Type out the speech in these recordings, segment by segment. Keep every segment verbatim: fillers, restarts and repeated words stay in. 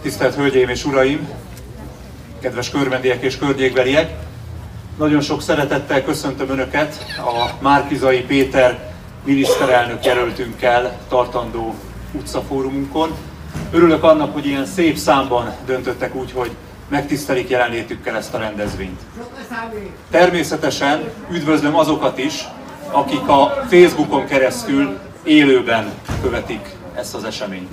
Tisztelt Hölgyeim és Uraim, kedves körmendiek és környékbeliek! Nagyon sok szeretettel köszöntöm Önöket a Márki-Zay Péter miniszterelnök jelöltünkkel tartandó utcafórumunkon. Örülök annak, hogy ilyen szép számban döntöttek úgy, hogy megtisztelik jelenlétükkel ezt a rendezvényt. Természetesen üdvözlöm azokat is, akik a Facebookon keresztül élőben követik ezt az eseményt.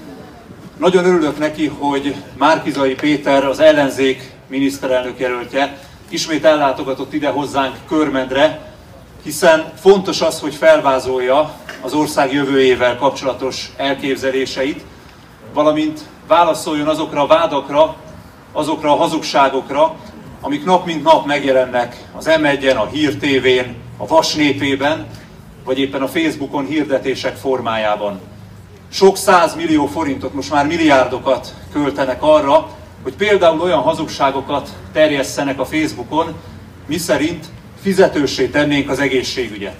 Nagyon örülök neki, hogy Márki-Zay Péter, az ellenzék miniszterelnök jelöltje, ismét ellátogatott ide hozzánk Körmendre, hiszen fontos az, hogy felvázolja az ország jövőjével kapcsolatos elképzeléseit, valamint válaszoljon azokra a vádakra, azokra a hazugságokra, amik nap mint nap megjelennek az em egyen, a Hír té vén, a Vas népében, vagy éppen a Facebookon hirdetések formájában. Sok százmillió forintot, most már milliárdokat költenek arra, hogy például olyan hazugságokat terjesszenek a Facebookon, miszerint fizetőssé tennénk az egészségügyet.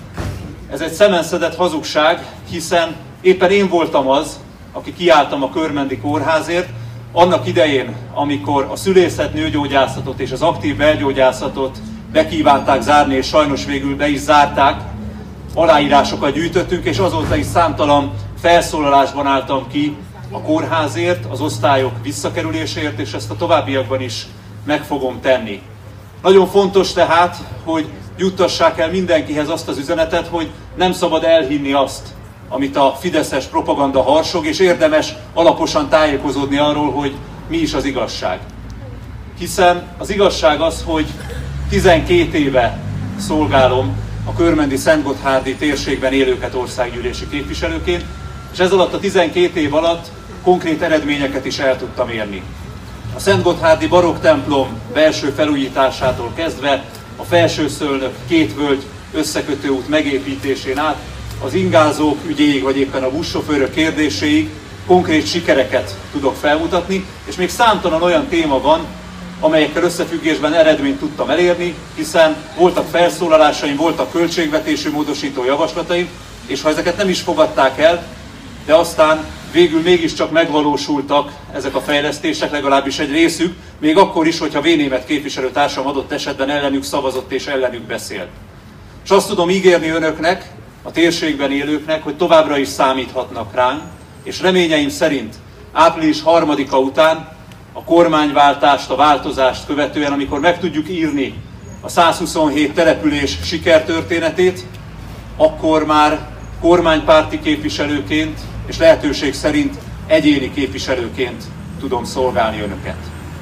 Ez egy szemenszedett hazugság, hiszen éppen én voltam az, aki kiálltam a körmendi kórházért, annak idején, amikor a szülészet, nőgyógyászatot és az aktív belgyógyászatot bekívánták zárni, és sajnos végül be is zárták, aláírásokat gyűjtöttünk, és azóta is számtalan felszólalásban álltam ki a kórházért, az osztályok visszakerüléséért, és ezt a továbbiakban is meg fogom tenni. Nagyon fontos tehát, hogy juttassák el mindenkihez azt az üzenetet, hogy nem szabad elhinni azt, amit a fideszes propaganda harsog, és érdemes alaposan tájékozódni arról, hogy mi is az igazság. Hiszen az igazság az, hogy tizenkét éve szolgálom a körmendi szentgotthárdi térségben élőket országgyűlési képviselőként, és ez alatt a tizenkét év alatt konkrét eredményeket is el tudtam érni. A szentgotthárdi barokk templom belső felújításától kezdve a Felsőszölnök két völgy összekötő út megépítésén át, az ingázók ügyéig, vagy éppen a buszsofőrök kérdéséig konkrét sikereket tudok felmutatni, és még számtalan olyan téma van, amelyekkel összefüggésben eredményt tudtam elérni, hiszen voltak felszólalásaim, voltak költségvetési módosító javaslataim, és ha ezeket nem is fogadták el, de aztán végül mégiscsak megvalósultak ezek a fejlesztések, legalábbis egy részük, még akkor is, hogyha Vénémet képviselőtársam adott esetben ellenük szavazott és ellenük beszélt. És azt tudom ígérni Önöknek, a térségben élőknek, hogy továbbra is számíthatnak ránk, és reményeim szerint április harmadika után a kormányváltást, a változást követően, amikor meg tudjuk írni a százhuszonhét település sikertörténetét, akkor már kormánypárti képviselőként és lehetőség szerint egyéni képviselőként tudom szolgálni Önöket.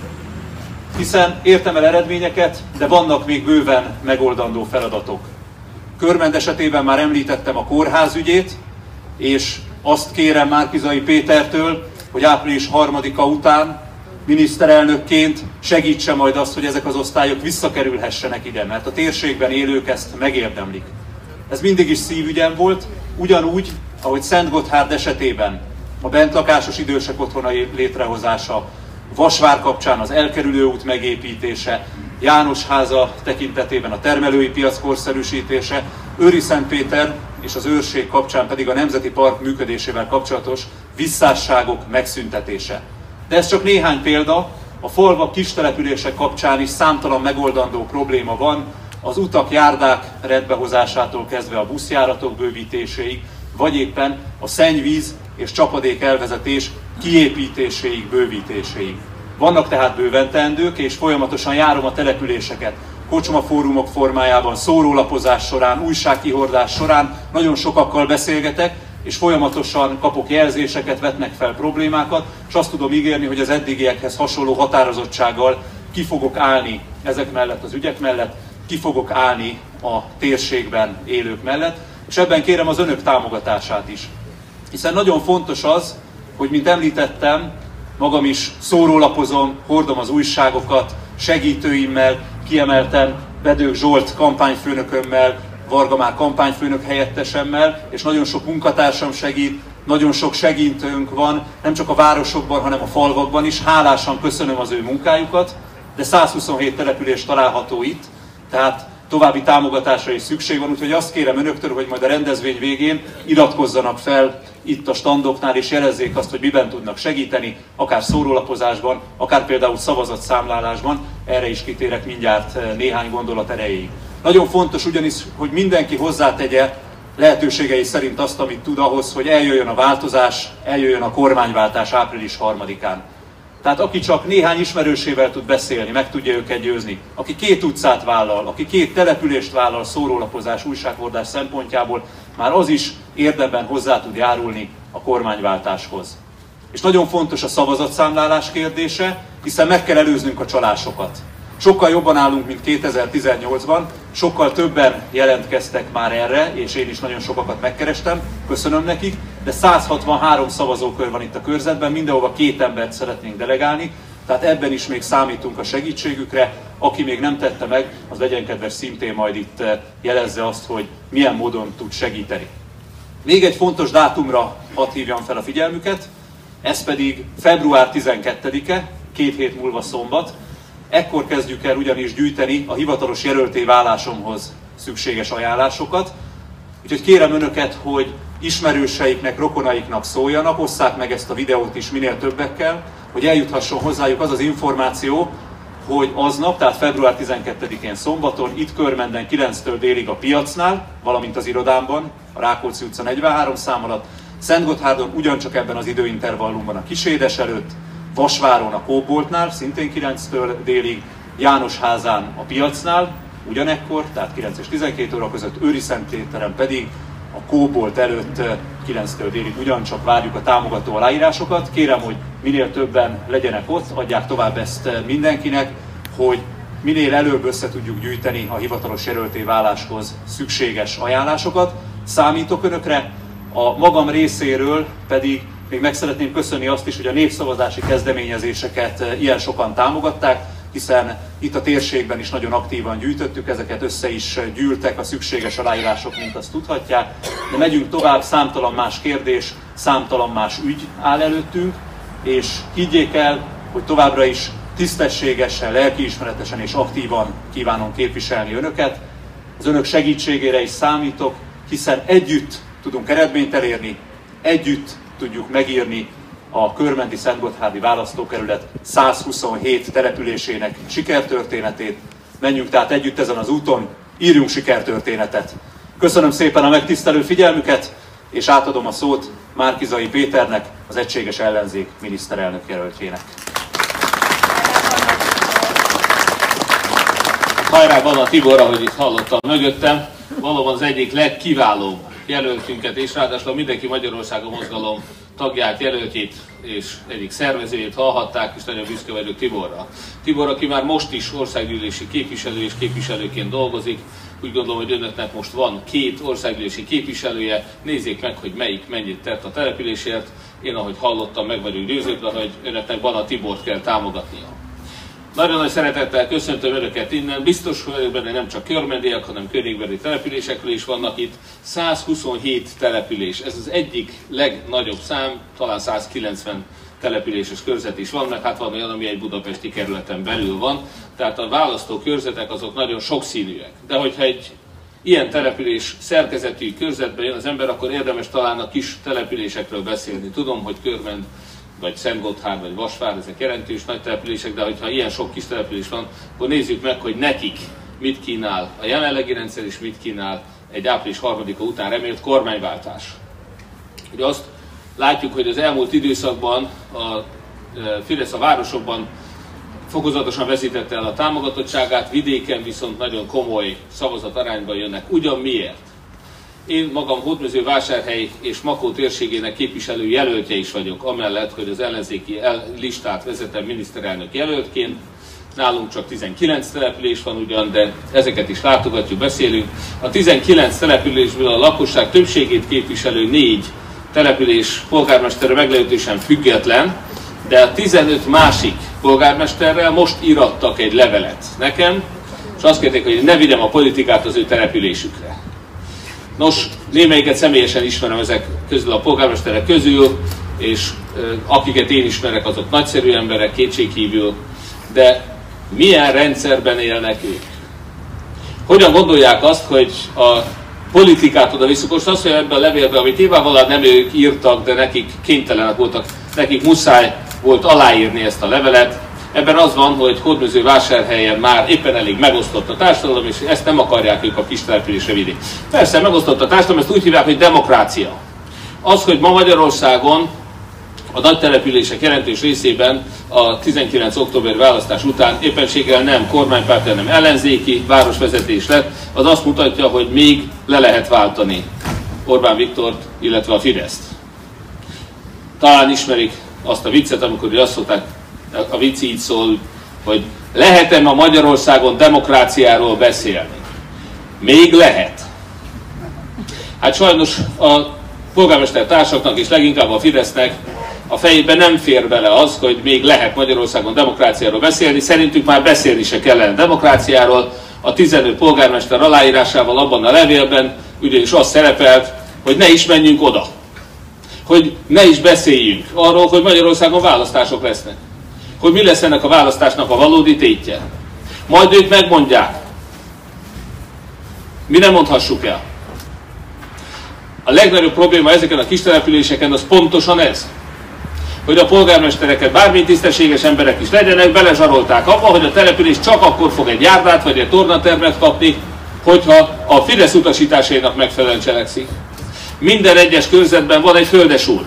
Hiszen értem el eredményeket, de vannak még bőven megoldandó feladatok. Körmend esetében már említettem a kórház ügyét, és azt kérem Márki-Zay Pétertől, hogy április harmadika után miniszterelnökként segítse majd azt, hogy ezek az osztályok visszakerülhessenek ide, mert a térségben élők ezt megérdemlik. Ez mindig is szívügyem volt, ugyanúgy, ahogy Szentgotthárd esetében a bentlakásos idősek otthonai létrehozása, Vasvár kapcsán az elkerülő út megépítése, Jánosháza tekintetében a termelői piac korszerűsítése, Őriszentpéter és az őrség kapcsán pedig a Nemzeti Park működésével kapcsolatos visszásságok megszüntetése. De ez csak néhány példa, a falvak, kistelepülések kapcsán is számtalan megoldandó probléma van, az utak, járdák rendbehozásától kezdve a buszjáratok bővítéséig, vagy éppen a szennyvíz és csapadék elvezetés kiépítéséig, bővítéséig. Vannak tehát bőven teendők, és folyamatosan járom a településeket. Kocsmafórumok formájában, szórólapozás során, újságkihordás során nagyon sokakkal beszélgetek, és folyamatosan kapok jelzéseket, vetnek fel problémákat, és azt tudom ígérni, hogy az eddigiekhez hasonló határozottsággal ki fogok állni ezek mellett, az ügyek mellett, ki fogok állni a térségben élők mellett, és ebben kérem az Önök támogatását is. Hiszen nagyon fontos az, hogy mint említettem, magam is szórólapozom, hordom az újságokat, segítőimmel, kiemelten Bedők Zsolt kampányfőnökömmel, Varga Már kampányfőnök helyettesemmel, és nagyon sok munkatársam segít, nagyon sok segítőnk van, nem csak a városokban, hanem a falvakban is. Hálásan köszönöm az ő munkájukat, de százhuszonhét település található itt, tehát további támogatásra is szükség van, úgyhogy azt kérem önöktől, hogy majd a rendezvény végén iratkozzanak fel itt a standoknál, és jelezzék azt, hogy miben tudnak segíteni, akár szórólapozásban, akár például szavazatszámlálásban. Erre is kitérek mindjárt néhány gondolat erejéig. Nagyon fontos ugyanis, hogy mindenki hozzátegye lehetőségei szerint azt, amit tud ahhoz, hogy eljöjjön a változás, eljöjjön a kormányváltás április harmadikán. Tehát aki csak néhány ismerősével tud beszélni, meg tudja őket győzni, aki két utcát vállal, aki két települést vállal szórólapozás, újsághordás szempontjából, már az is érdemben hozzá tud járulni a kormányváltáshoz. És nagyon fontos a szavazatszámlálás kérdése, hiszen meg kell előznünk a csalásokat. Sokkal jobban állunk, mint kétezer-tizennyolcban, sokkal többen jelentkeztek már erre, és én is nagyon sokakat megkerestem, köszönöm nekik, de száz hatvanhárom szavazókör van itt a körzetben, mindenhova két embert szeretnénk delegálni, tehát ebben is még számítunk a segítségükre. Aki még nem tette meg, az legyen kedves szintén majd itt jelezze azt, hogy milyen módon tud segíteni. Még egy fontos dátumra hadd hívjam fel a figyelmüket, ez pedig február tizenkettedike, két hét múlva szombat. Ekkor kezdjük el ugyanis gyűjteni a hivatalos jelölté válásomhoz szükséges ajánlásokat. Úgyhogy kérem önöket, hogy ismerőseiknek, rokonaiknak szóljanak, osszák meg ezt a videót is minél többekkel, hogy eljuthasson hozzájuk az az információ, hogy aznap, tehát február tizenkettedikén szombaton, itt Körmenden kilenctől délig a piacnál, valamint az irodámban, a Rákóczi utca negyvenhárom szám alatt, Szentgotthárdon ugyancsak ebben az időintervallumban a Kisédes előtt, Vasváron a Kóboltnál, szintén kilenctől délig, Jánosházán a piacnál, ugyanekkor, tehát kilenc és tizenkét óra között, Őri Szent Péteren pedig a Kóbolt előtt kilenctől délig ugyancsak várjuk a támogató aláírásokat. Kérem, hogy minél többen legyenek ott, adják tovább ezt mindenkinek, hogy minél előbb össze tudjuk gyűjteni a hivatalos jelölté váláshoz szükséges ajánlásokat. Számítok önökre, a magam részéről pedig még meg szeretném köszönni azt is, hogy a népszavazási kezdeményezéseket ilyen sokan támogatták, hiszen itt a térségben is nagyon aktívan gyűjtöttük, ezeket össze is gyűltek a szükséges aláírások, mint azt tudhatják. De megyünk tovább, számtalan más kérdés, számtalan más ügy áll előttünk, és higgyék el, hogy továbbra is tisztességesen, lelkiismeretesen és aktívan kívánom képviselni önöket. Az önök segítségére is számítok, hiszen együtt tudunk eredményt elérni, együtt tudjuk megírni a körmenti szentgotthárdi választókerület százhuszonhét településének sikertörténetét. Menjünk tehát együtt ezen az úton, írjunk sikertörténetet. Köszönöm szépen a megtisztelő figyelmüket, és átadom a szót Márki-Zay Péternek, az Egységes Ellenzék miniszterelnök jelöltjének. Hajrá Bana Tibor, ahogy itt hallottam mögöttem, valóban az egyik legkiválóbb jelöltünket, és ráadásul mindenki Magyarországon mozgalom tagját, jelöltjét és egyik szervezőjét hallhatták, és nagyon büszke vagyok Tiborra. Tibor, aki már most is országgyűlési képviselő és képviselőként dolgozik, úgy gondolom, hogy önöknek most van két országgyűlési képviselője, nézzék meg, hogy melyik mennyit tett a településért. Én, ahogy hallottam, meg vagyok győződve, hogy önöknek Bana Tibort kell támogatnia. Nagyon nagy szeretettel köszöntöm önöket innen, biztos vagyok benne, nem csak körmendiek, hanem környékbeli településekről is vannak itt. százhuszonhét település, ez az egyik legnagyobb szám, talán százkilencven településes körzet is van, meg hát van olyan, ami egy budapesti kerületen belül van, tehát a választókörzetek azok nagyon sokszínűek. De hogyha egy ilyen település szerkezetű körzetben jön az ember, akkor érdemes talán a kis településekről beszélni. Tudom, hogy Körmend, vagy Szentgotthárd, vagy Vasvár, ezek jelentős nagy települések, de hogyha ilyen sok kis település van, akkor nézzük meg, hogy nekik mit kínál a jelenlegi rendszer, és mit kínál egy április harmadika után remélt kormányváltás. Ugye azt látjuk, hogy az elmúlt időszakban a Fidesz a városokban fokozatosan veszítette el a támogatottságát, vidéken viszont nagyon komoly szavazatarányban jönnek. Ugyan miért? Én magam Hódmezővásárhely és Makó térségének képviselő jelöltje is vagyok, amellett, hogy az ellenzéki listát vezetem miniszterelnök jelöltként. Nálunk csak tizenkilenc település van ugyan, de ezeket is látogatjuk, beszélünk. A tizenkilenc településből a lakosság többségét képviselő négy település polgármestere meglehetősen független, de a tizenöt másik polgármesterrel most írattak egy levelet nekem, és azt kérték, hogy ne vigyem a politikát az ő településükre. Nos, némelyiket személyesen ismerem ezek közül a polgármesterek közül, és e, akiket én ismerek, azok nagyszerű emberek, kétségkívül, de milyen rendszerben élnek ők? hogyan gondolják azt, hogy a politikát oda visszük. Most azt, hogy ebben a levélben, amit nyilvánvalóan nem ők írtak, de nekik kénytelenek voltak, nekik muszáj volt aláírni ezt a levelet. Ebben az van, hogy Hódmezővásárhelyen már éppen elég megosztott a társadalom, és ezt nem akarják ők a kis településre vinni. Persze megosztott a társadalom, ezt úgy hívják, hogy demokrácia. Az, hogy ma Magyarországon a nagy települések jelentős részében a tizenkilenc októberi választás után éppenséggel nem kormánypárti, hanem ellenzéki városvezetés lett, az azt mutatja, hogy még le lehet váltani Orbán Viktort, illetve a Fideszt. Talán ismerik azt a viccet, amikor azt szokták, a vicc így szól, hogy lehet-e ma Magyarországon demokráciáról beszélni? Még lehet. Hát sajnos a polgármester társaknak és leginkább a Fidesznek a fejében nem fér bele az, hogy még lehet Magyarországon demokráciáról beszélni. Szerintük már beszélni se kellene demokráciáról. A tizenöt polgármester aláírásával abban a levélben ugyanis az szerepelt, hogy ne is menjünk oda. Hogy ne is beszéljünk arról, hogy Magyarországon választások lesznek. Hogy mi lesz ennek a választásnak a valódi tétje. Majd ők megmondják. Mi nem mondhassuk el. A legnagyobb probléma ezeken a kis településeken az pontosan ez. Hogy a polgármestereket, bármilyen tisztességes emberek is legyenek, belezsarolták abba, hogy a település csak akkor fog egy járdát vagy egy tornatermet kapni, hogyha a Fidesz utasításainak megfelelően cselekszik. Minden egyes körzetben van egy földesúr.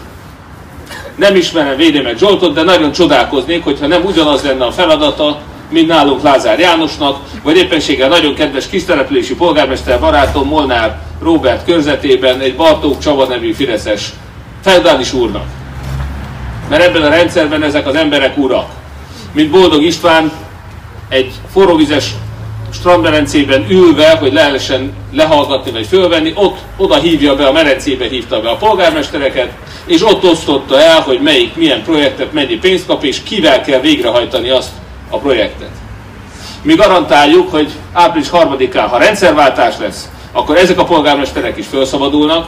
Nem ismerem Védémek Zsoltot, de nagyon csodálkoznék, hogyha nem ugyanaz lenne a feladata, mint nálunk Lázár Jánosnak, vagy éppenséggel nagyon kedves kistelepülési polgármester barátom Molnár Róbert körzetében egy Bartók Csaba nevű fideszes feudális úrnak. Mert ebben a rendszerben ezek az emberek urak. Mint Boldog István egy forróvizes strandmerencében ülve, hogy lehessen lehallgatni vagy fölvenni, ott oda hívja be, a merencébe hívta be a polgármestereket, és ott osztotta el, hogy melyik milyen projektet, mennyi pénzt kap, és kivel kell végrehajtani azt a projektet. Mi garantáljuk, hogy április harmadikán, ha rendszerváltás lesz, akkor ezek a polgármesterek is felszabadulnak,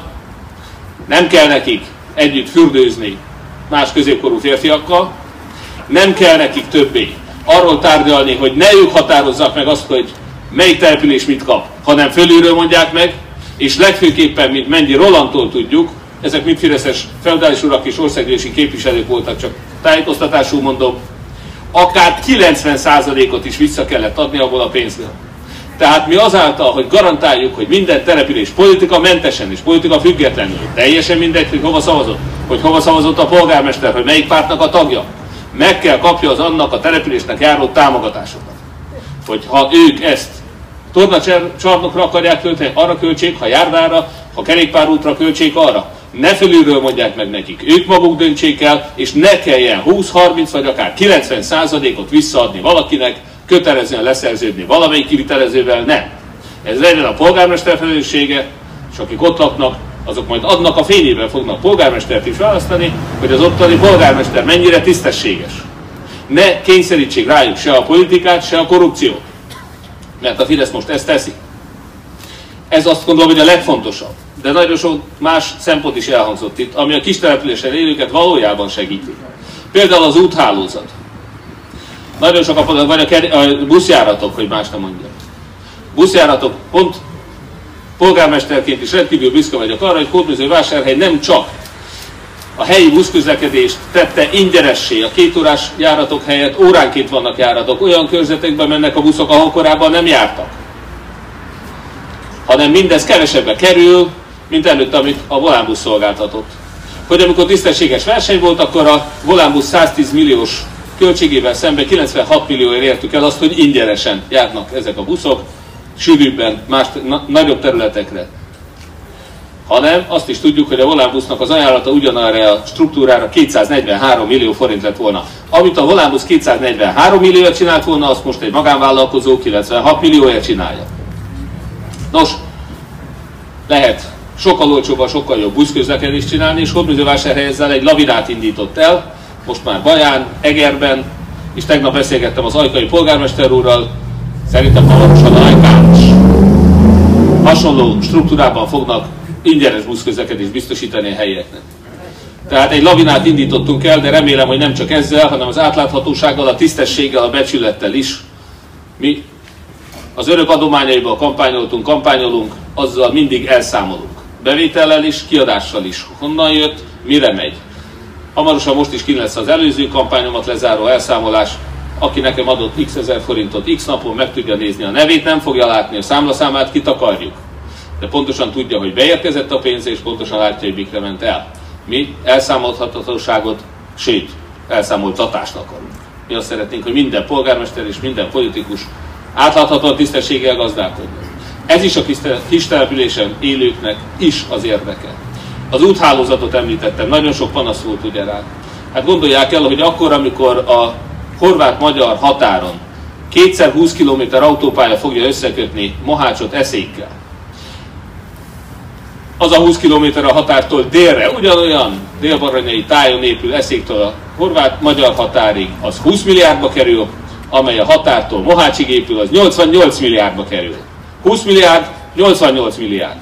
nem kell nekik együtt fürdőzni más középkorú férfiakkal, nem kell nekik többé arról tárgyalni, hogy ne ők határozzák meg azt, hogy melyik település mit kap, hanem fölülről mondják meg, és legfőképpen, mint Mendi Rolandtól tudjuk, ezek mind fideszes feudális urak és országgyűlési képviselők voltak, csak tájékoztatásul mondom, akár kilencven százalékot is vissza kellett adni abból a pénzből. Tehát mi azáltal, hogy garantáljuk, hogy minden település politika mentesen és politika függetlenül, teljesen mindegy, hogy hova szavazott, hogy hova szavazott a polgármester, hogy melyik pártnak a tagja, meg kell kapja az annak a településnek járó támogatásokat. Hogy ha ők ezt tornacsarnokra akarják költeni, arra költsék, ha járdára, ha kerékpárútra költsék arra. Ne fölülről mondják meg nekik, ők maguk döntsék el, és ne kelljen húsz, harminc vagy akár kilencven százalékot visszaadni valakinek, kötelezően leszerződni valamelyik kivitelezővel, nem. Ez legyen a polgármester felelőssége, és akik ott laknak, azok majd adnak a fényében fognak polgármestert is választani, hogy az ottani polgármester mennyire tisztességes. Ne kényszerítsék rájuk se a politikát, se a korrupciót. Mert a Fidesz most ezt teszi. Ez azt gondolom, hogy a legfontosabb. De nagyon sok más szempont is elhangzott itt, ami a kis településen élőket valójában segíti. Például az úthálózat. Nagyon sok a, vagy a, a buszjáratok, hogy más nem mondjam. Buszjáratok, pont polgármesterként is rendkívül büszke vagyok arra, hogy Hódmezővásárhely nem csak a helyi buszközlekedést tette ingyenessé, a kétórás járatok helyett óránként vannak járatok, olyan körzetekben mennek a buszok, ahol korábban nem jártak. Hanem mindez kevesebbe kerül, mint előtt, amit a Volánbusz szolgáltatott. Hogy amikor tisztességes verseny volt, akkor a Volánbusz száztíz milliós költségével szemben kilencvenhat millióért értük el azt, hogy ingyenesen járnak ezek a buszok, sűrűbben, más, na, nagyobb területekre. Hanem azt is tudjuk, hogy a Volánbusznak az ajánlata ugyanarra a struktúrára kétszáznegyvenhárom millió forint lett volna. Amit a Volánbusz kétszáznegyvenhárom millióért csinált volna, azt most egy magánvállalkozó kilencvenhat millióért csinálja. Nos, lehet sokkal olcsóban, sokkal jobb buszközlekedést csinálni, és Hódmezővásárhely ezzel egy lavinát indított el, most már Baján, Egerben, és tegnap beszélgettem az ajkai polgármester úrral, szerintem hamarosan Ajkán is hasonló struktúrában fognak ingyenes buszközlekedést biztosítani a helyieknek. Tehát egy lavinát indítottunk el, de remélem, hogy nem csak ezzel, hanem az átláthatósággal, a tisztességgel, a becsülettel is mi Az örök adományaiból kampányoltunk, kampányolunk, azzal mindig elszámolunk. Bevétellel is, kiadással is. Honnan jött, mire megy. Hamarosan most is ki lesz az előző kampányomat lezáró elszámolás. Aki nekem adott x ezer forintot x napon, meg tudja nézni a nevét, nem fogja látni a számlaszámát, kitakarjuk. De pontosan tudja, hogy beérkezett a pénz, és pontosan látja, hogy mikre ment el. Mi elszámolhatóságot, sőt, elszámoltatást akarunk. Mi azt szeretnénk, hogy minden polgármester és minden politikus átláthatóan, tisztességgel gazdálkodjon. Ez is a kis településen élőknek is az érdeke. Az úthálózatot említettem, nagyon sok panasz volt ugye rá. Hát gondolják el, hogy akkor, amikor a horvát-magyar határon kétszer húsz kilométer autópálya fogja összekötni Mohácsot Eszékkel, az a húsz kilométer a határtól délre, ugyanolyan délbaranyai tájon épül Eszéktől a horvát-magyar határig, az húsz milliárdba kerül, amely a határtól Mohácsig épül, az nyolcvannyolc milliárdba kerül. húsz milliárd, nyolcvannyolc milliárd.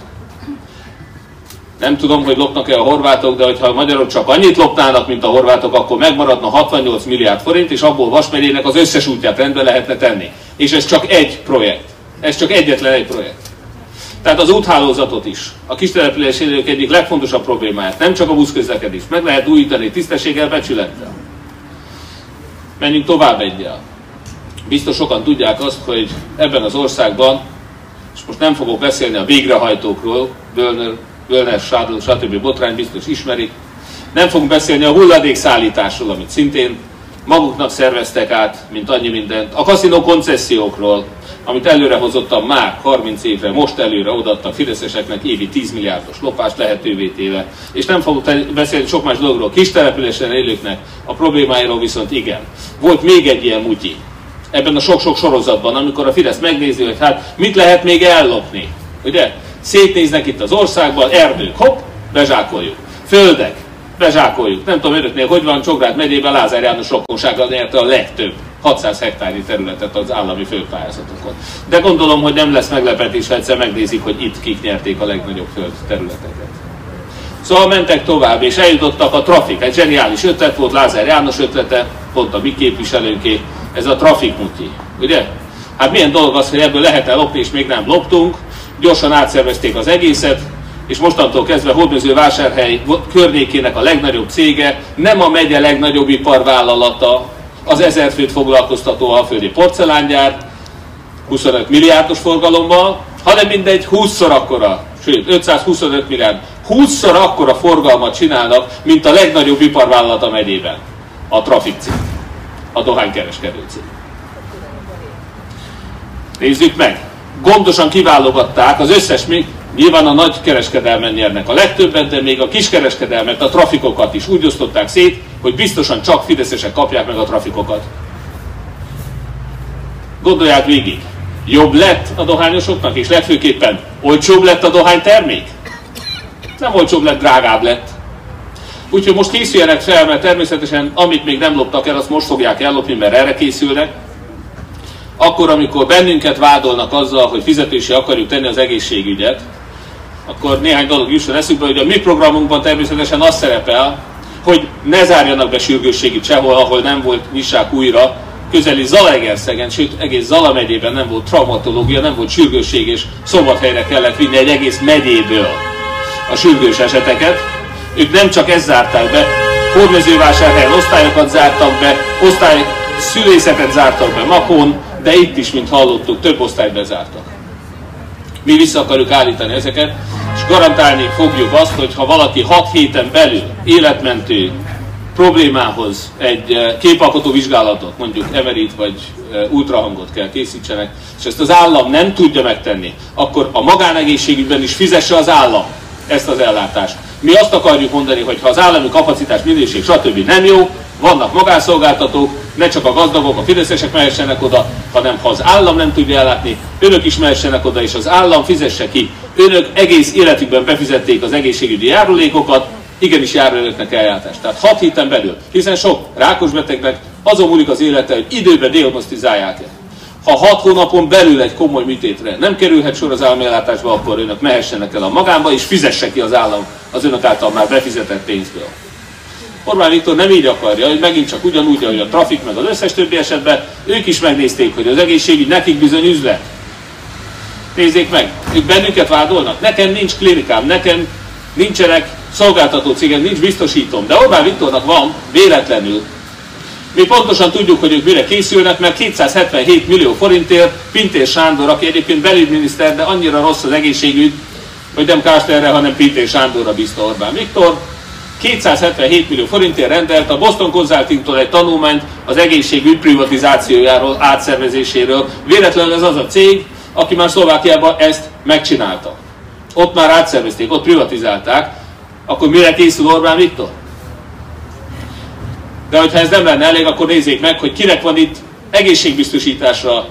Nem tudom, hogy lopnak-e a horvátok, de hogyha a magyarok csak annyit lopnának, mint a horvátok, akkor megmaradna hatvannyolc milliárd forint, és abból Vas megyének az összes útját rendbe lehetne tenni. És ez csak egy projekt. Ez csak egyetlen egy projekt. Tehát az úthálózatot is, a kistelepülés élők egyik legfontosabb problémáját, nem csak a buszközlekedés, meg lehet újítani tisztességgel, becsülettel. Menjünk tovább egyel. Biztos sokan tudják azt, hogy ebben az országban, és most nem fogok beszélni a végrehajtókról, Bölner, Bölner, Sádl, stb. Botrány biztos ismerik, nem fogunk beszélni a hulladékszállításról, amit szintén maguknak szerveztek át, mint annyi mindent, a kaszinó koncesziókról, amit előrehozottam már harminc évre, most előre odaadtak fideszeseknek évi tíz milliárdos lopást lehetővé téve, és nem fogok beszélni sok más dologról, kis településen élőknek a problémáiról viszont igen. Volt még egy ilyen mutyi ebben a sok-sok sorozatban, amikor a Fidesz megnézi, hogy hát mit lehet még ellopni, ugye? Szétnéznek itt az országban, erdők, hopp, bezsákoljuk, földek, bezsákoljuk. Nem tudom önöknél, hogy van, Csongrád megyében Lázár János rokonsággal nyerte a legtöbb hatszáz hektárnyi területet az állami földpályázatokon. De gondolom, hogy nem lesz meglepetés, ha egyszer megnézik, hogy itt kik nyerték a legnagyobb földterületeket. Szóval mentek tovább, és eljutottak a trafik. Egy zseniális ötlet volt, Lázár János ötlete, pont a mi képviselőnké, ez a trafik mutyi, ugye? Hát milyen dolog az, hogy ebből lehet-e lopni, és még nem loptunk, gyorsan átszervezték az egészet, és mostantól kezdve Hódmezővásárhely környékének a legnagyobb cége, nem a megye legnagyobb iparvállalata, az ezer főt foglalkoztató alföldi porcelángyár, huszonöt milliárdos forgalommal, hanem mindegy húszszor akkora, sőt ötszázhuszonöt milliárd, húszszor akkora forgalmat csinálnak, mint a legnagyobb iparvállalat a megyében, a Trafik cég, a dohánykereskedő cég. Nézzük meg! Gondosan kiválogatták az összes, még nyilván a nagy kereskedelmen nyernek a legtöbbet, de még a kiskereskedelmet, a trafikokat is úgy osztották szét, hogy biztosan csak fideszesek kapják meg a trafikokat. Gondolják végig, jobb lett a dohányosoknak, és legfőképpen olcsóbb lett a dohánytermék? Nem olcsóbb lett, drágább lett. Úgyhogy most készüljenek fel, mert természetesen amit még nem loptak el, azt most fogják ellopni, mert erre készülnek. Akkor, amikor bennünket vádolnak azzal, hogy fizetősé akarjuk tenni az egészségügyet, akkor néhány dolog jusson eszükbe, hogy a mi programunkban természetesen az szerepel, hogy ne zárjanak be sürgősségit sehol, ahol nem volt, nyissák újra, közeli Zalaegerszegen, sőt egész Zala megyében nem volt traumatológia, nem volt sürgősség, és Szombathelyre kellett vinni egy egész megyéből a sürgős eseteket. Ők nem csak ezt zárták be, Hódmezővásárhelyen osztályokat zártak be, osztály szülészetet zártak be Makón, de itt is, mint hallottuk, több osztályt bezártak. Mi vissza akarjuk állítani ezeket, és garantálni fogjuk azt, hogy ha valaki hat héten belül életmentő problémához egy képalkotó vizsgálatot, mondjuk em er i-t vagy ultrahangot kell készítsenek, és ezt az állam nem tudja megtenni, akkor a magánegészségügyben is fizesse az állam ezt az ellátást. Mi azt akarjuk mondani, hogy ha az állami kapacitás, minőség, stb. Nem jó, vannak magánszolgáltatók, ne csak a gazdagok, a fideszesek mehessenek oda, hanem ha az állam nem tudja ellátni, önök is mehessenek oda, és az állam fizesse ki. Önök egész életükben befizették az egészségügyi járulékokat, igenis jár önöknek ellátást. Tehát hat héten belül, hiszen sok rákos betegnek azon múlik az élete, hogy időben diagnosztizálják-e. Ha hat hónapon belül egy komoly műtétre nem kerülhet sor az állami ellátásba, akkor önök mehessenek el a magánba, és fizesse ki az állam az önök által már befizetett pénzből. Orbán Viktor nem így akarja, hogy megint csak ugyanúgy, ahogy a Trafik meg az összes többi esetben, ők is megnézték, hogy az egészségügy nekik bizony üzlet. Nézzék meg, ők bennünket vádolnak. Nekem nincs klinikám, nekem nincsenek szolgáltató cégek, nincs biztosítom, de Orbán Viktornak van, véletlenül. Mi pontosan tudjuk, hogy ők mire készülnek, mert kétszázhetvenhét millió forintért Pintér Sándor, aki egyébként belügyminiszter, de annyira rossz az egészségügy, hogy nem Káslerre, hanem Pintér Sándorra bízta Orbán Viktor, kétszázhetvenhét millió forintért rendelt a Boston Consultingtól egy tanulmányt az egészségügy privatizációjáról, átszervezéséről. Véletlenül ez az a cég, aki már Szlovákiában ezt megcsinálta. Ott már átszervezték, ott privatizálták. Akkor mire készül Orbán Viktor? De hogyha ez nem lenne elég, akkor nézzék meg, hogy kinek van itt egészségbiztosításra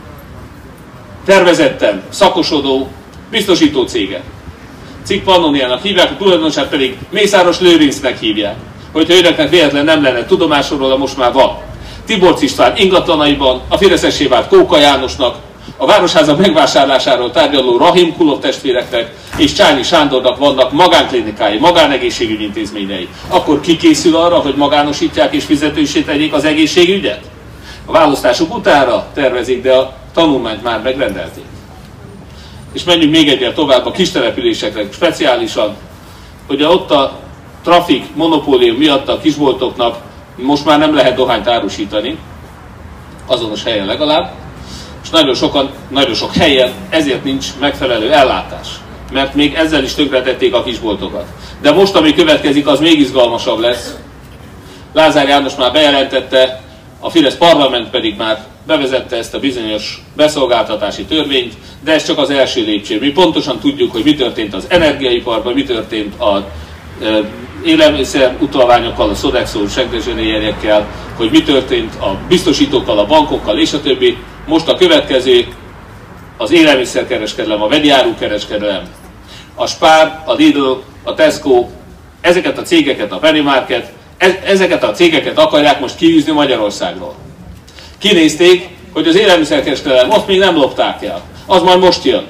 tervezetten szakosodó biztosító cége. Cikk Pannoniának hívják, a tulajdonosát pedig Mészáros Lőrincnek hívják. Hogyha önöknek véletlen nem lenne tudomásról, de most már van. Tiborcs István ingatlanaiban, a fideszessé vált Kóka Jánosnak, a Városháza megvásárlásáról tárgyaló Rahim Kulov testvéreknek és Csányi Sándornak vannak magánklinikai, magánegészségügyi intézményei. Akkor ki készül arra, hogy magánosítják és fizetősé tegyék az egészségügyet? A választások utánra tervezik, de a tanulmányt már megrendelték. És menjünk még egyel tovább a kistelepülésekre speciálisan, hogy ott a trafik monopólium miatt a kisboltoknak most már nem lehet dohányt árusítani, azonos helyen legalább, és nagyon, sokan, nagyon sok helyen ezért nincs megfelelő ellátás, mert még ezzel is tönkretették a kisboltokat. De most, ami következik, az még izgalmasabb lesz. Lázár János már bejelentette, a Fidesz parlament pedig már bevezette ezt a bizonyos beszolgáltatási törvényt, de ez csak az első lépcső. Mi pontosan tudjuk, hogy mi történt az energiaiparban, mi történt az élelmiszer utalványokkal, a Sodexo segdezsönéjegyekkel, hogy mi történt a biztosítókkal, a bankokkal és a többi. Most a következő az élelmiszerkereskedelem, a vegyárukereskedelem, a Spar, a Lidl, a Tesco, ezeket a cégeket, a Penny Market, ezeket a cégeket akarják most kiűzni Magyarországról. Kinézték, hogy az élelmiszerkereskedelem azt még nem lopták el. Az majd most jön.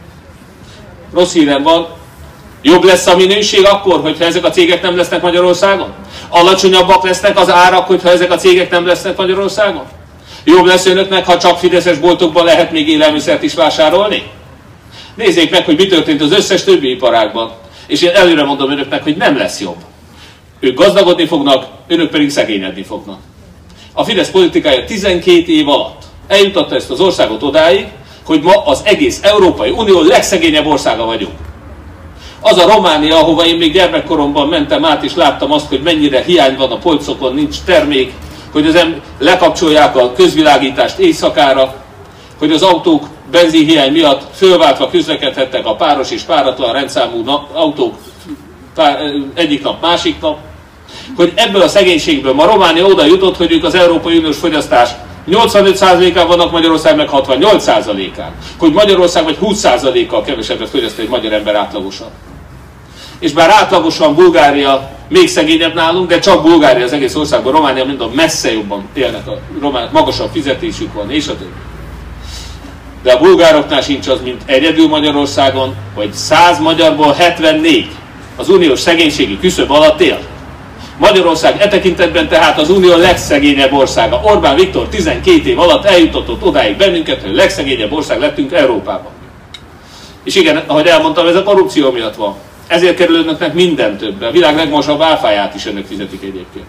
Rossz hírem van. Jobb lesz a minőség akkor, hogyha ezek a cégek nem lesznek Magyarországon? Alacsonyabbak lesznek az árak, hogyha ezek a cégek nem lesznek Magyarországon? Jobb lesz önöknek, ha csak fideszes boltokban lehet még élelmiszert is vásárolni? Nézzék meg, hogy mi történt az összes többi iparágban. És én előre mondom önöknek, hogy nem lesz jobb. Ők gazdagodni fognak, önök pedig szegényedni fognak. A Fidesz politikája tizenkét év alatt eljutatta ezt az országot odáig, hogy ma az egész Európai Unió legszegényebb országa vagyunk. Az a Románia, ahova én még gyermekkoromban mentem át, és láttam azt, hogy mennyire hiány van a polcokon, nincs termék, hogy az em lekapcsolják a közvilágítást éjszakára, hogy az autók benzinhiány miatt fölváltva közlekedhettek a páros és páratlan rendszámú autók pár, egyik nap, másik nap, hogy ebből a szegénységből ma Románia oda jutott, hogy ők az Európai Uniós fogyasztás nyolcvanöt százalékán vannak, Magyarország meg hatvannyolc százalékán. Hogy Magyarország vagy húsz százalékkal kevesebbet fogyaszt egy magyar ember átlagosan. És bár átlagosan Bulgária még szegényebb nálunk, de csak Bulgária az egész országban, Románia mind a messze jobban élnek, a románok magasabb fizetésük van, és a többi. De a bulgároknál sincs az, mint egyedül Magyarországon, hogy száz magyarból hetvennégy az uniós szegénységi küszöb alatt él. Magyarország e tekintetben tehát az unió legszegényebb országa. Orbán Viktor tizenkét év alatt eljutatott odáig bennünket, hogy a legszegényebb ország lettünk Európában. És igen, ahogy elmondtam, ez a korrupció miatt van. Ezért kerül önöknek minden többre. A világ legmagasabb áfáját is önök fizetik egyébként.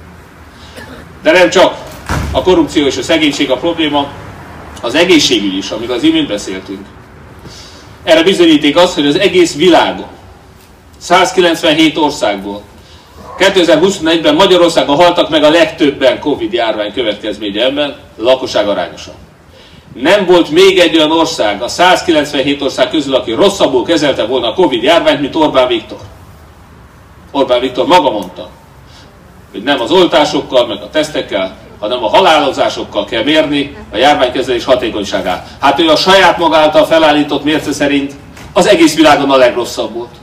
De nem csak a korrupció és a szegénység a probléma, az egészségügy is, amiről az imént beszéltünk. Erre bizonyíték az, hogy az egész világon, százkilencvenhét országból, kétezer-huszonegyben Magyarországon haltak meg a legtöbben Covid járvány következményében, lakosság arányosan. Nem volt még egy olyan ország a százkilencvenhét ország közül, aki rosszabbul kezelte volna a Covid járványt, mint Orbán Viktor. Orbán Viktor maga mondta, hogy nem az oltásokkal, meg a tesztekkel, hanem a halálozásokkal kell mérni a járványkezelés hatékonyságát. Hát ő a saját maga által felállított mérce szerint az egész világon a legrosszabb volt.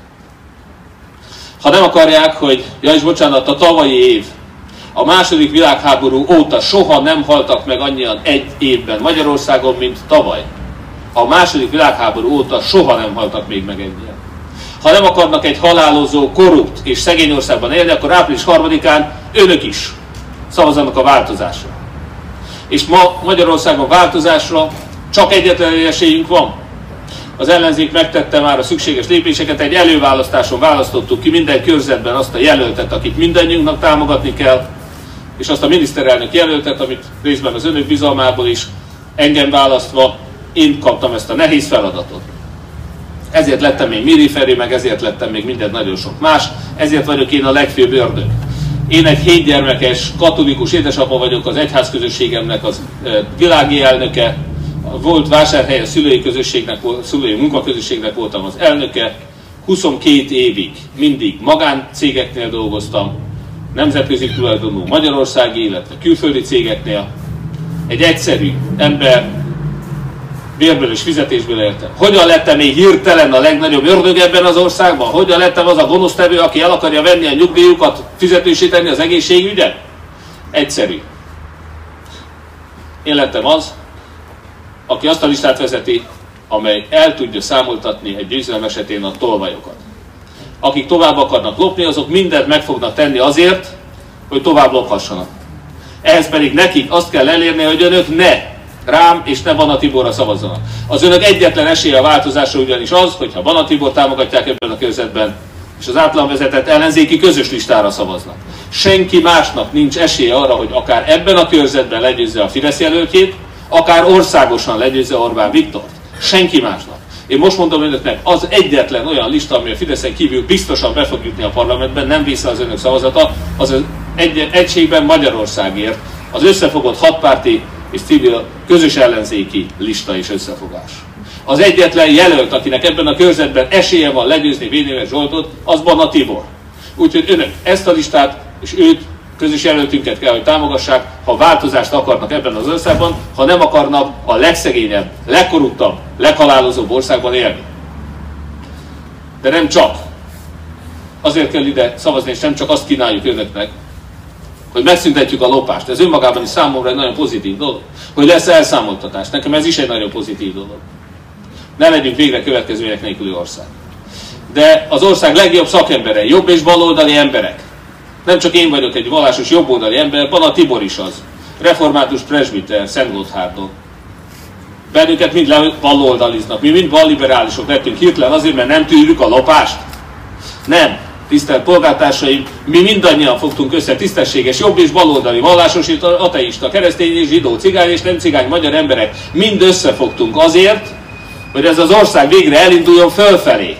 Ha nem akarják, hogy, ja és bocsánat, a tavalyi év, a második világháború óta soha nem haltak meg annyian egy évben Magyarországon, mint tavaly. A második világháború óta soha nem haltak még meg ennyien. Ha nem akarnak egy halálozó, korrupt és szegény országban élni, akkor április harmadikán önök is szavazzanak a változásra. És ma Magyarországon változásra csak egyetlen esélyünk van. Az ellenzék megtette már a szükséges lépéseket, egy előválasztáson választottuk ki minden körzetben azt a jelöltet, akit mindannyiunknak támogatni kell, és azt a miniszterelnök jelöltet, amit részben az önök bizalmából is engem választva, én kaptam ezt a nehéz feladatot. Ezért lettem még Miri Feri, meg ezért lettem még minden nagyon sok más, ezért vagyok én a legfőbb ördög. Én egy hétgyermekes, katolikus édesapa vagyok, az egyházközösségemnek az világi elnöke, volt Vásárhelyen szülői közösségnek, szülői munkaközösségnek voltam az elnöke, huszonkét évig mindig magáncégeknél dolgoztam, nemzetközi tulajdonú magyarországi, illetve külföldi cégeknél. Egy egyszerű ember, bérből és fizetésből éltem. Hogyan lettem én hirtelen a legnagyobb ördög ebben az országban? Hogyan lettem az a gonosztevő, aki el akarja venni a nyugdíjukat, fizetősíteni az egészségügyet? Egyszerű. Én lettem az, aki azt a listát vezeti, amely el tudja számoltatni egy győzelem esetén a tolvajokat. Akik tovább akarnak lopni, azok mindent meg fognak tenni azért, hogy tovább lophassanak. Ehhez pedig nekik azt kell elérni, hogy önök ne rám és ne Bana Tiborra szavazzanak. Az önök egyetlen esélye a változásra ugyanis az, hogyha Bana Tibort támogatják ebben a körzetben, és az általam vezetett ellenzéki közös listára szavaznak. Senki másnak nincs esélye arra, hogy akár ebben a körzetben legyőzze a Fidesz jelöltjét, akár országosan legyőzze Orbán Viktort. Senki másnak. Én most mondom önöknek, az egyetlen olyan lista, ami a Fideszen kívül biztosan be fog jutni a parlamentben, nem vissza az önök szavazata, az az egy, egységben Magyarországért, az összefogott hatpárti és civil közös ellenzéki lista és összefogás. Az egyetlen jelölt, akinek ebben a körzetben esélye van legyőzni Vénéves Zsoltot, az Bana Tibor. Úgyhogy önök ezt a listát és őt, közös jelöltünket kell, hogy támogassák, ha változást akarnak ebben az országban, ha nem akarnak a legszegényebb, legkorruptabb, leghalálozóbb országban élni. De nem csak. Azért kell ide szavazni, és nem csak azt kínáljuk önöknek, hogy megszüntetjük a lopást. Ez önmagában is számomra egy nagyon pozitív dolog. Hogy lesz elszámoltatás. Nekem ez is egy nagyon pozitív dolog. Ne legyünk végre következmények nélküli ország. De az ország legjobb szakemberei, jobb és baloldali emberek. Nem csak én vagyok egy vallásos jobboldali ember, Bana Tibor is az. Református presbiter, Szentgotthárdon. Bennünket mind baloldaliznak. Mi mind balliberálisok lettünk hirtelen azért, mert nem tűrjük a lopást. Nem. Tisztelt polgártársaim, mi mindannyian fogtunk össze tisztességes, jobb és baloldali, vallásos, ateista, keresztény és zsidó, cigány és nem cigány magyar emberek. Mind összefogtunk azért, hogy ez az ország végre elinduljon fölfelé.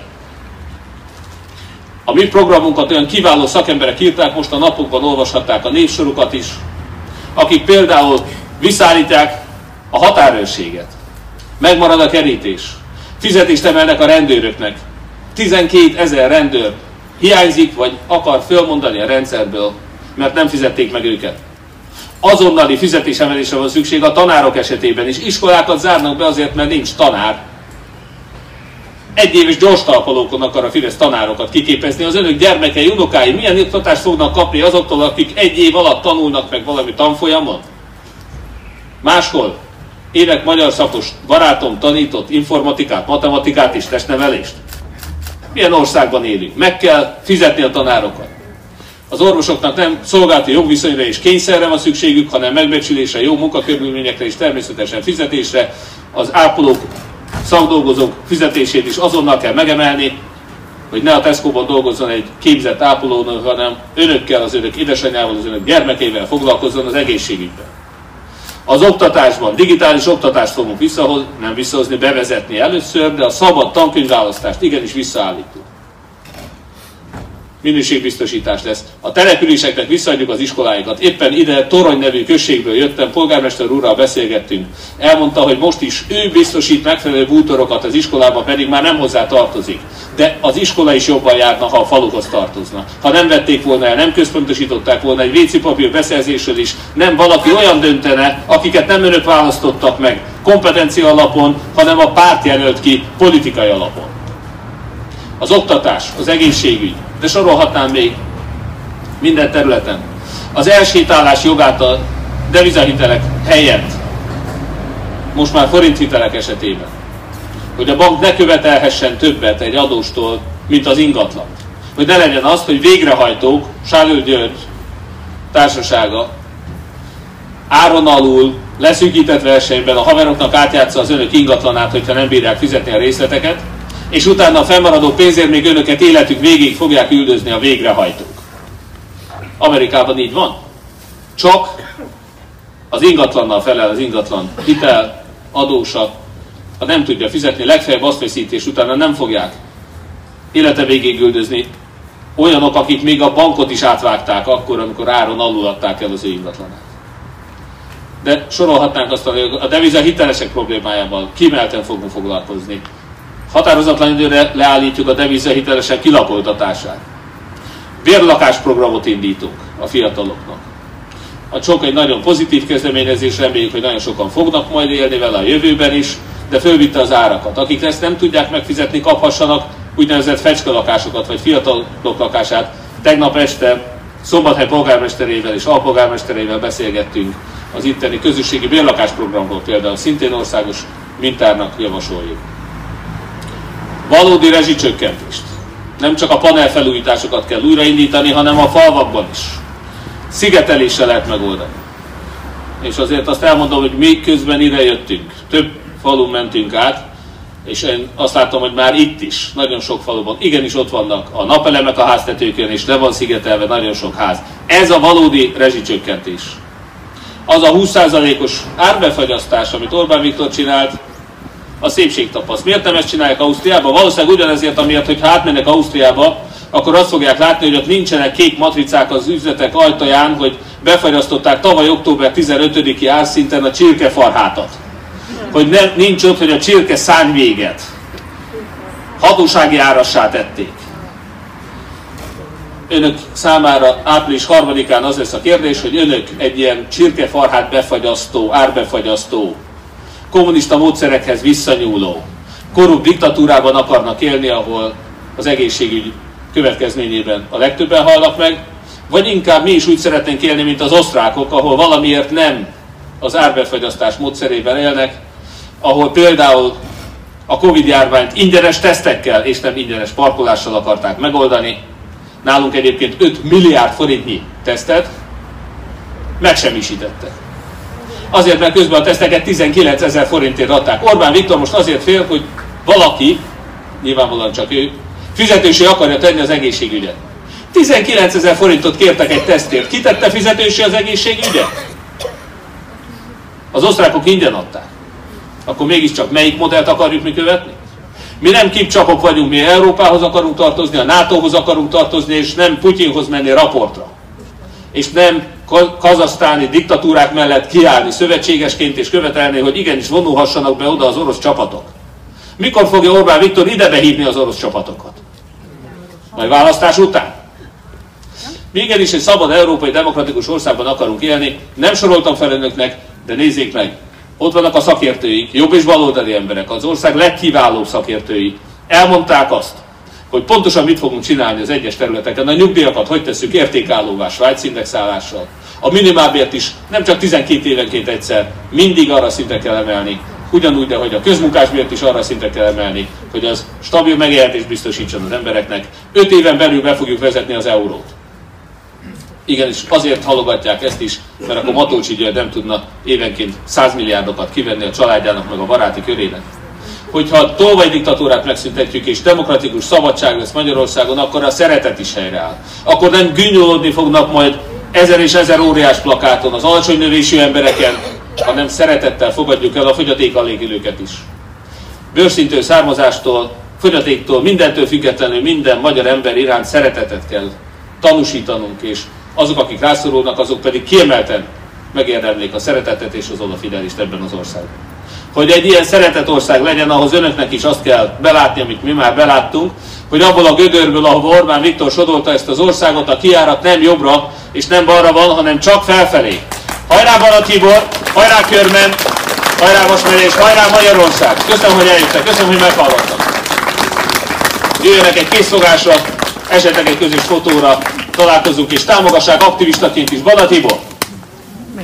A mi programunkat olyan kiváló szakemberek írták, most a napokban olvashatták a névsorukat is, akik például visszaállítják a határőrséget. Megmarad a kerítés. Fizetést emelnek a rendőröknek. tizenkétezer rendőr hiányzik, vagy akar fölmondani a rendszerből, mert nem fizették meg őket. Azonnali fizetésemelésre van szükség a tanárok esetében is. Iskolákat zárnak be azért, mert nincs tanár. Egyéves gyors talpalókon akar a Fidesz tanárokat kiképezni. Az önök gyermekei, unokái milyen oktatást fognak kapni azoktól, akik egy év alatt tanulnak meg valami tanfolyamon? Máshol évek magyar szakos barátom tanított informatikát, matematikát és testnevelést. Milyen országban élünk? Meg kell fizetni a tanárokat. Az orvosoknak nem szolgálati jogviszonyra és kényszerre van szükségük, hanem megbecsülésre, jó munkakörülményekre és természetesen fizetésre. Az ápolók, szakdolgozók fizetését is azonnal kell megemelni, hogy ne a Tesco-ban dolgozzon egy képzett ápolónő, hanem önökkel, az önök édesanyjával, az önök gyermekeivel foglalkozzon az egészségügyben. Az oktatásban, digitális oktatást fogunk visszahozni, nem visszahozni, bevezetni először, de a szabad tankönyvválasztást igenis visszaállítjuk. Minőségbiztosítás lesz. A településeknek visszaadjuk az iskoláikat. Éppen ide Torony nevű községből jöttem, polgármester úrral beszélgettünk. Elmondta, hogy most is ő biztosít megfelelő bútorokat az iskolába, pedig már nem hozzá tartozik. De az iskola is jobban járna, ha a faluhoz tartozna. Ha nem vették volna el, nem központosították volna egy vécépapír beszerzésről is, nem valaki olyan döntene, akiket nem önök választottak meg kompetencia alapon, hanem a párt jelölt ki politikai alapon. Az oktatás, az egészségügy, de sorolhatnám még minden területen. Az elsétálás jogát a devizahitelek helyett, most már forinthitelek esetében, hogy a bank ne követelhessen többet egy adóstól, mint az ingatlan. Hogy ne legyen az, hogy végrehajtók, Sándor György társasága áron alul, leszűkített versenyben a haveroknak átjátsza az önök ingatlanát, hogyha nem bírják fizetni a részleteket, és utána a fennmaradó pénzért még önöket életük végig fogják üldözni a végrehajtók. Amerikában így van. Csak az ingatlannal felel az ingatlan hitel adósa, ha nem tudja fizetni, legfeljebb azt veszíti, és utána nem fogják élete végig üldözni olyanok, akik még a bankot is átvágták akkor, amikor áron alul adták el az ő ingatlanát. De sorolhatnánk azt, hogy a deviza hitelesek problémájával kiemelten fogunk foglalkozni. Határozatlan időre leállítjuk a deviza hitelesek kilakoltatását. Bérlakásprogramot indítunk a fiataloknak. A csok egy nagyon pozitív kezdeményezés, reméljük, hogy nagyon sokan fognak majd élni vele a jövőben is, de fölvitte az árakat. Akik ezt nem tudják megfizetni, kaphassanak úgynevezett fecskelakásokat, vagy fiatalok lakását. Tegnap este Szombathely polgármesterével és alpolgármesterével beszélgettünk az itteni közösségi bérlakásprogramról, például szintén országos mintárnak javasoljuk. Valódi rezsicsökkentést. Nem csak a panelfelújításokat kell újraindítani, hanem a falvakban is. Szigeteléssel lehet megoldani. És azért azt elmondom, hogy mi közben ide jöttünk. Több falun mentünk át, és én azt látom, hogy már itt is, nagyon sok faluban, igenis ott vannak a napelemek a háztetőkön, és le van szigetelve nagyon sok ház. Ez a valódi rezsicsökkentés. Az a húsz százalékos árbefagyasztás, amit Orbán Viktor csinált, a szépségtapasz. Miért nem ezt csinálják Ausztriában? Valószínűleg ugyanezért, amiért, hogy ha átmennek Ausztriába, akkor azt fogják látni, hogy ott nincsenek kék matricák az üzletek ajtaján, hogy befagyasztották tavaly október tizenötödiki árszinten a csirkefarhátat. Hogy nem, nincs ott, hogy a csirke szárnyvéget hatósági árassá tették. Önök számára április harmadikán az lesz a kérdés, hogy önök egy ilyen csirkefarhát befagyasztó, árbefagyasztó, kommunista módszerekhez visszanyúló, korrupt diktatúrában akarnak élni, ahol az egészségügy következményében a legtöbben halnak meg, vagy inkább mi is úgy szeretnénk élni, mint az osztrákok, ahol valamiért nem az árbefagyasztás módszerében élnek, ahol például a Covid-járványt ingyenes tesztekkel és nem ingyenes parkolással akarták megoldani. Nálunk egyébként öt milliárd forintnyi tesztet megsemmisítettek. Azért, mert közben a teszteket tizenkilencezer forintért adták. Orbán Viktor most azért fél, hogy valaki, nyilvánvalóan csak ő, fizetősé akarja tenni az egészségügyet. tizenkilencezer forintot kértek egy tesztért. Ki tette fizetősé az egészségügyet? Az osztrákok ingyen adták. Akkor mégiscsak melyik modellt akarjuk mi követni? Mi nem kipcsapok vagyunk, mi Európához akarunk tartozni, a nátóhoz akarunk tartozni, és nem Putyinhoz menni raportra. És nem kazahsztáni diktatúrák mellett kiállni szövetségesként és követelni, hogy igenis vonulhassanak be oda az orosz csapatok. Mikor fogja Orbán Viktor ide behívni az orosz csapatokat? Majd választás után? Mi igenis egy szabad európai demokratikus országban akarunk élni, nem soroltam fel önöknek, de nézzék meg, ott vannak a szakértőik, jobb és baloldali emberek, az ország legkiválóbb szakértői. Elmondták azt, hogy pontosan mit fogunk csinálni az egyes területeken, a nyugdíjakat hogy tesszük értékállóvá Svájc indexálással. A minimálbért is nem csak tizenkét évenként egyszer, mindig arra szintre kell emelni, ugyanúgy, de hogy a közmunkásbért is arra szintre kell emelni, hogy az stabil megélhetést biztosítson az embereknek. Öt éven belül be fogjuk vezetni az eurót. Igenis, azért halogatják ezt is, mert akkor Matolcsy György nem tudna évenként száz milliárdokat kivenni a családjának meg a baráti körének. Hogyha a tolvaj diktatúrát megszüntetjük és demokratikus szabadság lesz Magyarországon, akkor a szeretet is helyreáll. Akkor nem gűnyolódni fognak majd ezer és ezer óriás plakáton az alacsony növésű embereken, hanem szeretettel fogadjuk el a fogyatékkal élőket is. Bőrszintől, származástól, fogyatéktól, mindentől függetlenül minden magyar ember iránt szeretetet kell tanúsítanunk, és azok, akik rászorulnak, azok pedig kiemelten megérdemlik a szeretetet és az odafigyelést ebben az országban. Hogy egy ilyen szeretett ország legyen, ahhoz önöknek is azt kell belátni, amit mi már beláttunk, hogy abból a gödörből, ahol Orbán Viktor sodorta ezt az országot, a kijárat nem jobbra és nem balra van, hanem csak felfelé. Hajrá Bala Tibor, hajrá Körmen, hajrá Vasmegyés, hajrá Magyarország! Köszönöm, hogy eljöttek, köszönöm, hogy meghallgattak. Jöjjenek egy készfogásra, esetleg egy közös fotóra, találkozunk és támogassák aktivistaként is Bala Tibor.